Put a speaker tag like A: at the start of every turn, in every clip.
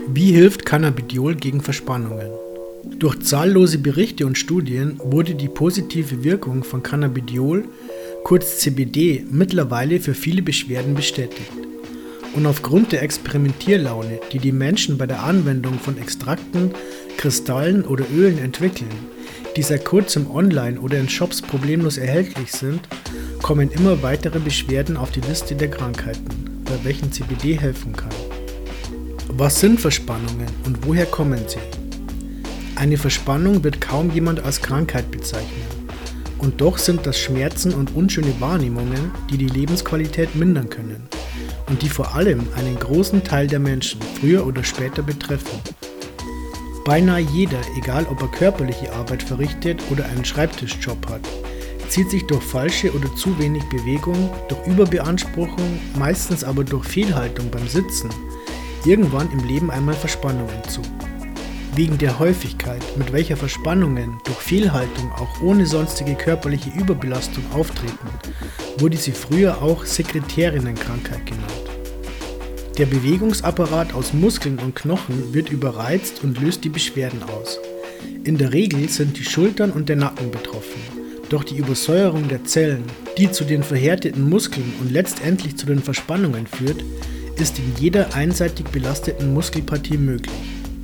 A: Wie hilft Cannabidiol gegen Verspannungen? Durch zahllose Berichte und Studien wurde die positive Wirkung von Cannabidiol, kurz CBD, mittlerweile für viele Beschwerden bestätigt. Und aufgrund der Experimentierlaune, die die Menschen bei der Anwendung von Extrakten, Kristallen oder Ölen entwickeln, die seit kurzem online oder in Shops problemlos erhältlich sind, kommen immer weitere Beschwerden auf die Liste der Krankheiten, bei welchen CBD helfen kann. Was sind Verspannungen und woher kommen sie? Eine Verspannung wird kaum jemand als Krankheit bezeichnen. Und doch sind das Schmerzen und unschöne Wahrnehmungen, die die Lebensqualität mindern können und die vor allem einen großen Teil der Menschen früher oder später betreffen. Beinahe jeder, egal ob er körperliche Arbeit verrichtet oder einen Schreibtischjob hat, zieht sich durch falsche oder zu wenig Bewegung, durch Überbeanspruchung, meistens aber durch Fehlhaltung beim Sitzen, irgendwann im Leben einmal Verspannungen zu. Wegen der Häufigkeit, mit welcher Verspannungen durch Fehlhaltung auch ohne sonstige körperliche Überbelastung auftreten, wurde sie früher auch Sekretärinnenkrankheit genannt. Der Bewegungsapparat aus Muskeln und Knochen wird überreizt und löst die Beschwerden aus. In der Regel sind die Schultern und der Nacken betroffen. Doch die Übersäuerung der Zellen, die zu den verhärteten Muskeln und letztendlich zu den Verspannungen führt, ist in jeder einseitig belasteten Muskelpartie möglich.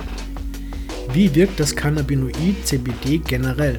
A: Wie wirkt das Cannabinoid CBD generell?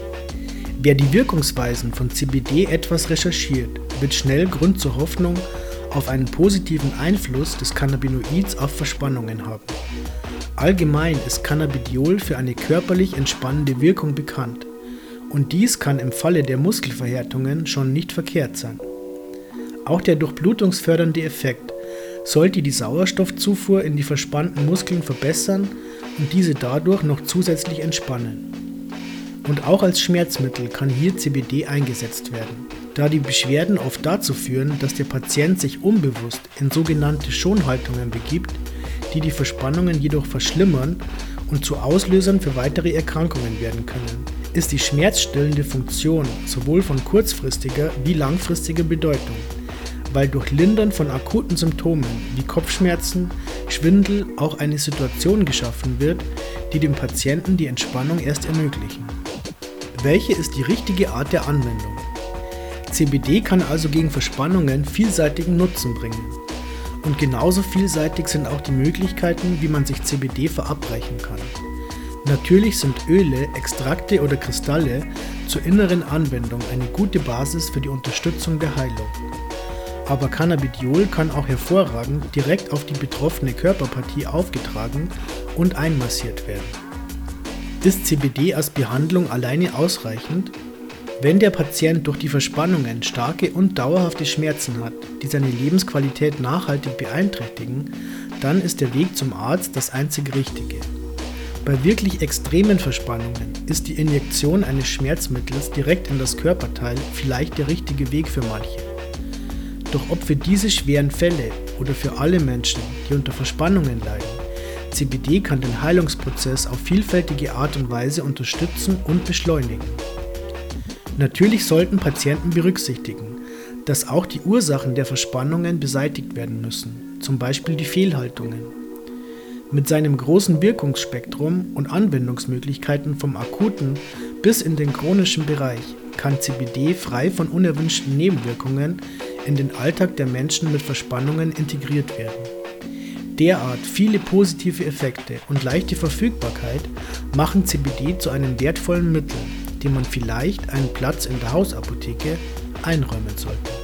A: Wer die Wirkungsweisen von CBD etwas recherchiert, wird schnell Grund zur Hoffnung auf einen positiven Einfluss des Cannabinoids auf Verspannungen haben. Allgemein ist Cannabidiol für eine körperlich entspannende Wirkung bekannt und dies kann im Falle der Muskelverhärtungen schon nicht verkehrt sein. Auch der durchblutungsfördernde Effekt sollte die Sauerstoffzufuhr in die verspannten Muskeln verbessern und diese dadurch noch zusätzlich entspannen. Und auch als Schmerzmittel kann hier CBD eingesetzt werden, da die Beschwerden oft dazu führen, dass der Patient sich unbewusst in sogenannte Schonhaltungen begibt, die die Verspannungen jedoch verschlimmern und zu Auslösern für weitere Erkrankungen werden können, ist die schmerzstillende Funktion sowohl von kurzfristiger wie langfristiger Bedeutung, weil durch Lindern von akuten Symptomen wie Kopfschmerzen, Schwindel auch eine Situation geschaffen wird, die dem Patienten die Entspannung erst ermöglichen. Welche ist die richtige Art der Anwendung? CBD kann also gegen Verspannungen vielseitigen Nutzen bringen. Und genauso vielseitig sind auch die Möglichkeiten, wie man sich CBD verabreichen kann. Natürlich sind Öle, Extrakte oder Kristalle zur inneren Anwendung eine gute Basis für die Unterstützung der Heilung. Aber Cannabidiol kann auch hervorragend direkt auf die betroffene Körperpartie aufgetragen und einmassiert werden. Ist CBD als Behandlung alleine ausreichend? Wenn der Patient durch die Verspannungen starke und dauerhafte Schmerzen hat, die seine Lebensqualität nachhaltig beeinträchtigen, dann ist der Weg zum Arzt das einzig Richtige. Bei wirklich extremen Verspannungen ist die Injektion eines Schmerzmittels direkt in das Körperteil vielleicht der richtige Weg für manche. Doch ob für diese schweren Fälle oder für alle Menschen, die unter Verspannungen leiden, CBD kann den Heilungsprozess auf vielfältige Art und Weise unterstützen und beschleunigen. Natürlich sollten Patienten berücksichtigen, dass auch die Ursachen der Verspannungen beseitigt werden müssen, zum Beispiel die Fehlhaltungen. Mit seinem großen Wirkungsspektrum und Anwendungsmöglichkeiten vom akuten bis in den chronischen Bereich kann CBD frei von unerwünschten Nebenwirkungen in den Alltag der Menschen mit Verspannungen integriert werden. Derart viele positive Effekte und leichte Verfügbarkeit machen CBD zu einem wertvollen Mittel, dem man vielleicht einen Platz in der Hausapotheke einräumen sollte.